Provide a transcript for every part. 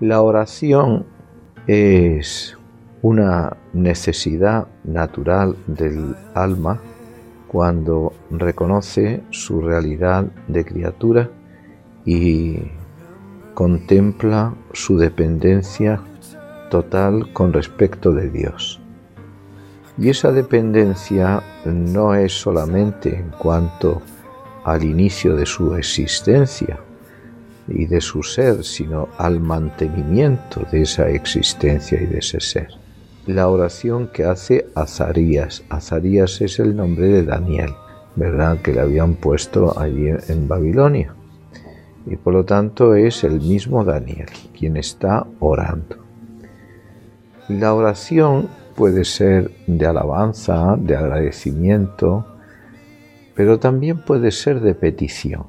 La oración es una necesidad natural del alma cuando reconoce su realidad de criatura y contempla su dependencia total con respecto de Dios. Y esa dependencia no es solamente en cuanto al inicio de su existencia y de su ser, sino al mantenimiento de esa existencia y de ese ser. La oración que hace Azarías. Azarías es el nombre de Daniel, ¿verdad? Que le habían puesto allí en Babilonia. Y por lo tanto es el mismo Daniel quien está orando. La oración puede ser de alabanza, de agradecimiento, pero también puede ser de petición.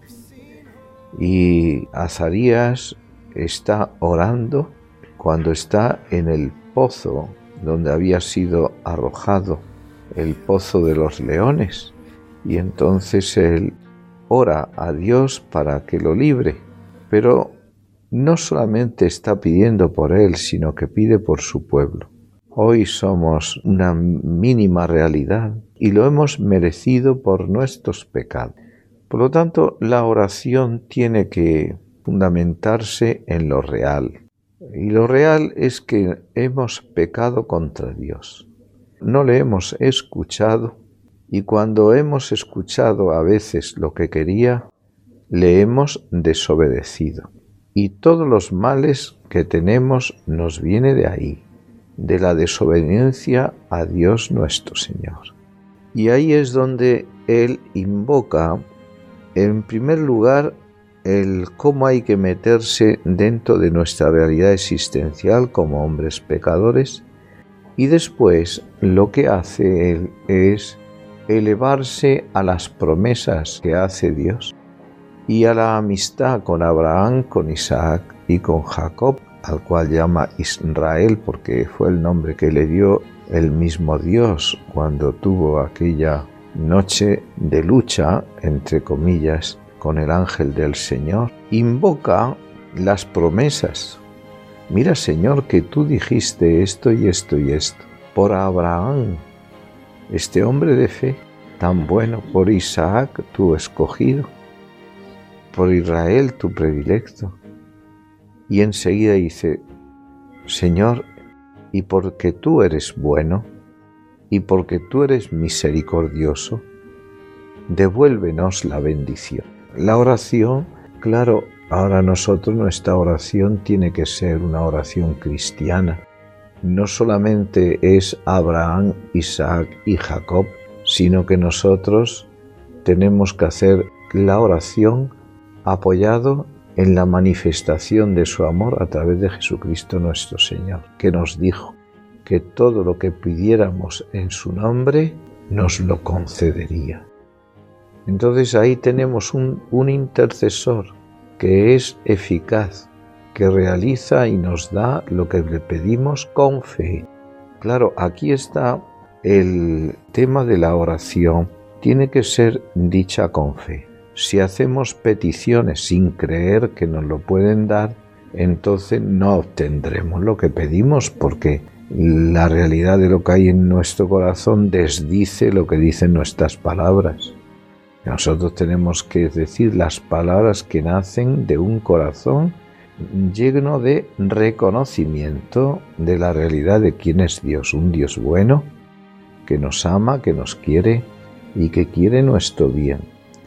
Y Azarías está orando cuando está en el pozo donde había sido arrojado, el pozo de los leones, y entonces él ora a Dios para que lo libre, pero no solamente está pidiendo por él, sino que pide por su pueblo. Hoy somos una mínima realidad y lo hemos merecido por nuestros pecados. Por lo tanto, la oración tiene que fundamentarse en lo real. Y lo real es que hemos pecado contra Dios. No le hemos escuchado y cuando hemos escuchado a veces lo que quería, le hemos desobedecido. Y todos los males que tenemos nos viene de ahí, de la desobediencia a Dios nuestro Señor. Y ahí es donde Él invoca, en primer lugar, el cómo hay que meterse dentro de nuestra realidad existencial como hombres pecadores, y después lo que hace Él es elevarse a las promesas que hace Dios y a la amistad con Abraham, con Isaac y con Jacob, al cual llama Israel porque fue el nombre que le dio el mismo Dios cuando tuvo aquella noche de lucha, entre comillas, con el ángel del Señor. Invoca las promesas. Mira, Señor, que tú dijiste esto y esto y esto. Por Abraham, este hombre de fe tan bueno, por Isaac, tu escogido, por Israel, tu predilecto. Y enseguida dice, Señor, y porque tú eres bueno, y porque tú eres misericordioso, devuélvenos la bendición. La oración, claro, ahora nosotros nuestra oración tiene que ser una oración cristiana. No solamente es Abraham, Isaac y Jacob, sino que nosotros tenemos que hacer la oración apoyado en la manifestación de su amor a través de Jesucristo nuestro Señor, que nos dijo que todo lo que pidiéramos en su nombre nos lo concedería. Entonces ahí tenemos un intercesor que es eficaz, que realiza y nos da lo que le pedimos con fe. Claro, aquí está el tema de la oración. Tiene que ser dicha con fe. Si hacemos peticiones sin creer que nos lo pueden dar, entonces no obtendremos lo que pedimos porque la realidad de lo que hay en nuestro corazón desdice lo que dicen nuestras palabras. Nosotros tenemos que decir las palabras que nacen de un corazón lleno de reconocimiento de la realidad de quién es Dios, un Dios bueno, que nos ama, que nos quiere y que quiere nuestro bien.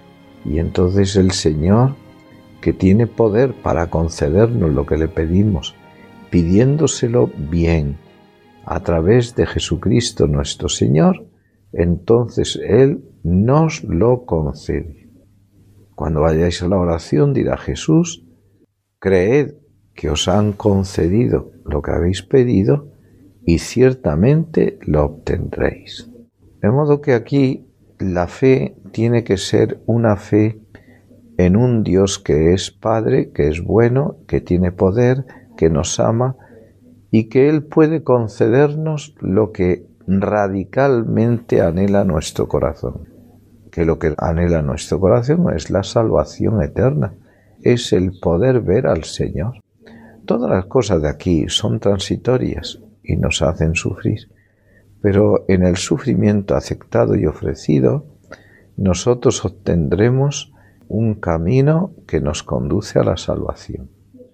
Y entonces el Señor, que tiene poder para concedernos lo que le pedimos, pidiéndoselo bien, a través de Jesucristo nuestro Señor, entonces Él nos lo concede. Cuando vayáis a la oración, dirá Jesús, creed que os han concedido lo que habéis pedido y ciertamente lo obtendréis. De modo que aquí la fe tiene que ser una fe en un Dios que es Padre, que es bueno, que tiene poder, que nos ama y que Él puede concedernos lo que radicalmente anhela nuestro corazón. Que lo que anhela nuestro corazón es la salvación eterna, es el poder ver al Señor. Todas las cosas de aquí son transitorias y nos hacen sufrir, pero en el sufrimiento aceptado y ofrecido, nosotros obtendremos un camino que nos conduce a la salvación.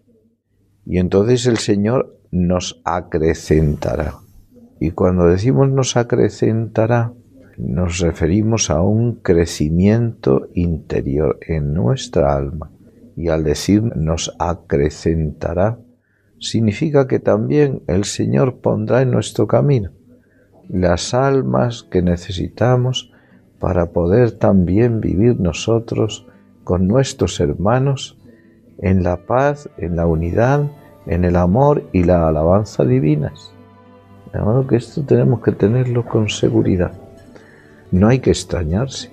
Y entonces el Señor nos acrecentará. Y cuando decimos nos acrecentará, nos referimos a un crecimiento interior en nuestra alma. Y al decir nos acrecentará, significa que también el Señor pondrá en nuestro camino las almas que necesitamos para poder también vivir nosotros con nuestros hermanos en la paz, en la unidad, en el amor y la alabanza divinas. De modo que esto tenemos que tenerlo con seguridad. No hay que extrañarse.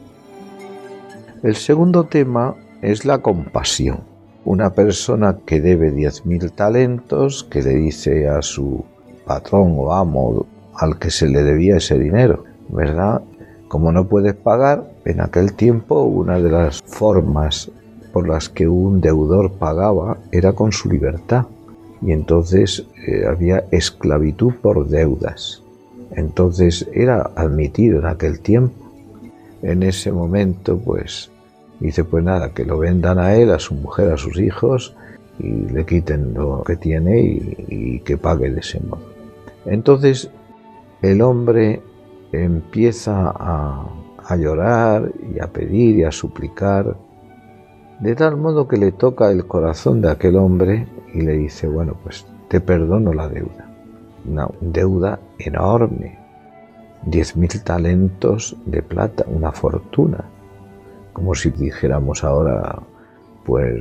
El segundo tema es la compasión. Una persona que debe 10.000 talentos, que le dice a su patrón o amo al que se le debía ese dinero, ¿verdad? Como no puedes pagar, en aquel tiempo una de las formas por las que un deudor pagaba era con su libertad. Y entonces había esclavitud por deudas. Entonces era admitido en aquel tiempo. En ese momento, pues, dice, pues nada, que lo vendan a él, a su mujer, a sus hijos, y le quiten lo que tiene y que pague de ese modo. Entonces el hombre empieza a llorar y a pedir y a suplicar, de tal modo que le toca el corazón de aquel hombre y le dice, bueno, pues te perdono la deuda. Una deuda enorme, 10.000 talentos de plata, una fortuna. Como si dijéramos ahora, pues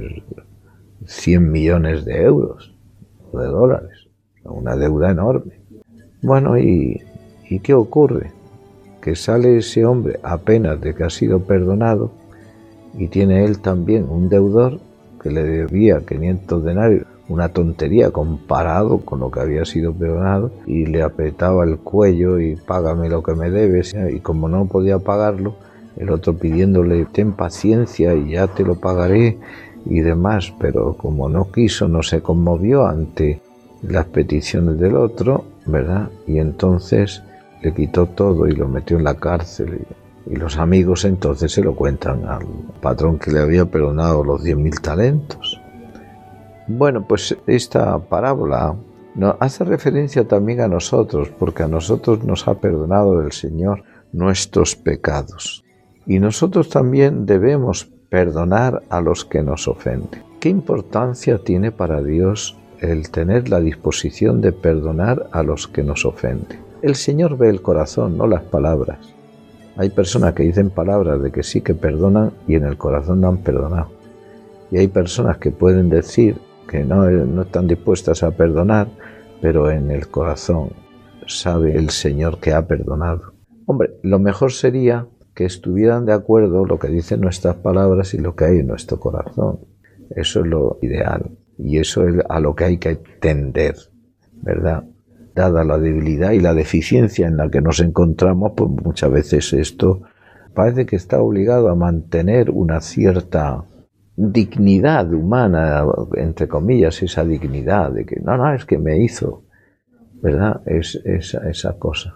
100 millones de euros o de dólares. Una deuda enorme. Bueno, ¿y qué ocurre? Que sale ese hombre apenas de que ha sido perdonado y tiene él también un deudor que le debía 500 denarios, una tontería comparado con lo que había sido perdonado, y le apretaba el cuello y págame lo que me debes, y como no podía pagarlo, el otro pidiéndole ten paciencia y ya te lo pagaré y demás, pero como no quiso, no se conmovió ante las peticiones del otro, ¿verdad? Y entonces le quitó todo y lo metió en la cárcel. Y los amigos entonces se lo cuentan al patrón que le había perdonado los 10.000 talentos. Bueno, pues esta parábola nos hace referencia también a nosotros, porque a nosotros nos ha perdonado el Señor nuestros pecados. Y nosotros también debemos perdonar a los que nos ofenden. ¿Qué importancia tiene para Dios el tener la disposición de perdonar a los que nos ofenden? El Señor ve el corazón, no las palabras. Hay personas que dicen palabras de que sí que perdonan y en el corazón no han perdonado. Y hay personas que pueden decir que no están dispuestas a perdonar, pero en el corazón sabe el Señor que ha perdonado. Hombre, lo mejor sería que estuvieran de acuerdo lo que dicen nuestras palabras y lo que hay en nuestro corazón. Eso es lo ideal y eso es a lo que hay que tender, ¿verdad? Dada la debilidad y la deficiencia en la que nos encontramos, pues muchas veces esto parece que está obligado a mantener una cierta dignidad humana, entre comillas, esa dignidad de que no, es que me hizo, ¿verdad? Es esa cosa.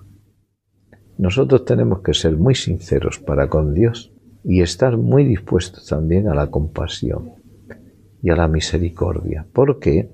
Nosotros tenemos que ser muy sinceros para con Dios y estar muy dispuestos también a la compasión y a la misericordia, porque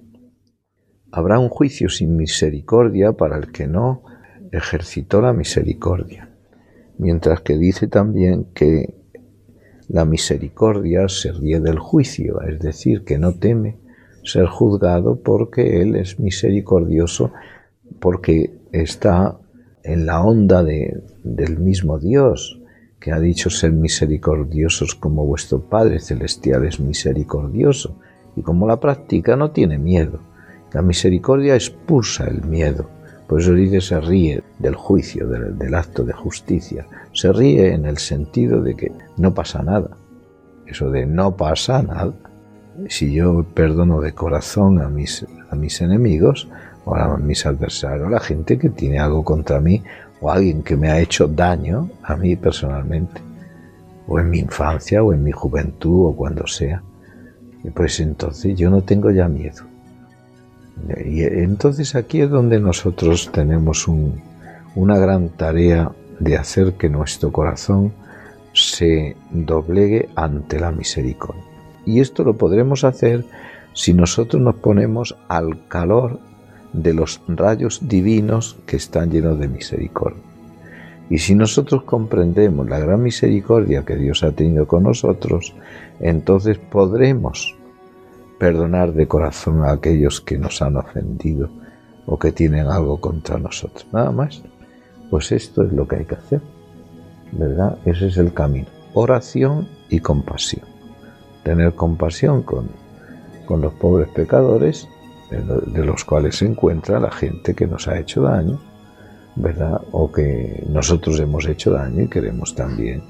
habrá un juicio sin misericordia para el que no ejercitó la misericordia, mientras que dice también que la misericordia se ríe del juicio, es decir, que no teme ser juzgado porque Él es misericordioso, porque está en la onda del mismo Dios, que ha dicho ser misericordiosos como vuestro Padre Celestial es misericordioso, y como la practica no tiene miedo. La misericordia expulsa el miedo, por eso dice se ríe del juicio, del acto de justicia. Se ríe en el sentido de que no pasa nada. Eso de no pasa nada. Si yo perdono de corazón a mis enemigos, o a mis adversarios, a la gente que tiene algo contra mí, o a alguien que me ha hecho daño a mí personalmente, o en mi infancia, o en mi juventud, o cuando sea, y pues entonces yo no tengo ya miedo. Y entonces aquí es donde nosotros tenemos una gran tarea de hacer que nuestro corazón se doblegue ante la misericordia. Y esto lo podremos hacer si nosotros nos ponemos al calor de los rayos divinos que están llenos de misericordia. Y si nosotros comprendemos la gran misericordia que Dios ha tenido con nosotros, entonces podremos perdonar de corazón a aquellos que nos han ofendido o que tienen algo contra nosotros. Nada más. Pues esto es lo que hay que hacer, ¿verdad? Ese es el camino. Oración y compasión. Tener compasión con los pobres pecadores, de los cuales se encuentra la gente que nos ha hecho daño, ¿verdad? O que nosotros hemos hecho daño y queremos también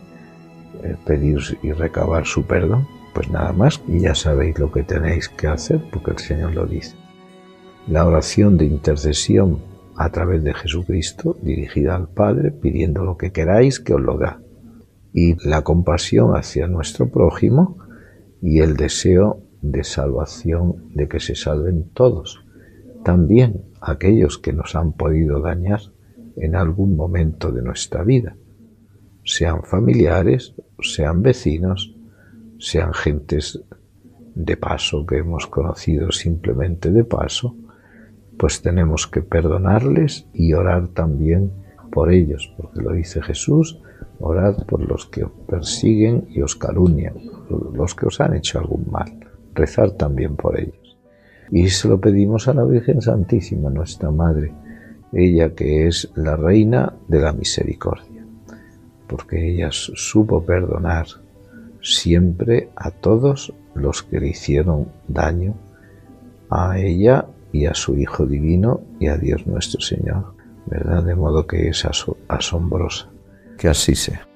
pedir y recabar su perdón. Pues nada más, y ya sabéis lo que tenéis que hacer, porque el Señor lo dice. La oración de intercesión a través de Jesucristo, dirigida al Padre, pidiendo lo que queráis que os lo da. Y la compasión hacia nuestro prójimo y el deseo de salvación, de que se salven todos, también aquellos que nos han podido dañar en algún momento de nuestra vida, sean familiares, sean vecinos, sean gentes de paso que hemos conocido simplemente de paso, pues tenemos que perdonarles y orar también por ellos, porque lo dice Jesús: orad por los que os persiguen y os calumnian, los que os han hecho algún mal, rezar también por ellos. Y se lo pedimos a la Virgen Santísima, nuestra Madre, ella que es la Reina de la Misericordia, porque ella supo perdonar siempre a todos los que le hicieron daño, a ella y a su Hijo Divino y a Dios nuestro Señor, ¿verdad? De modo que es asombrosa. Que así sea.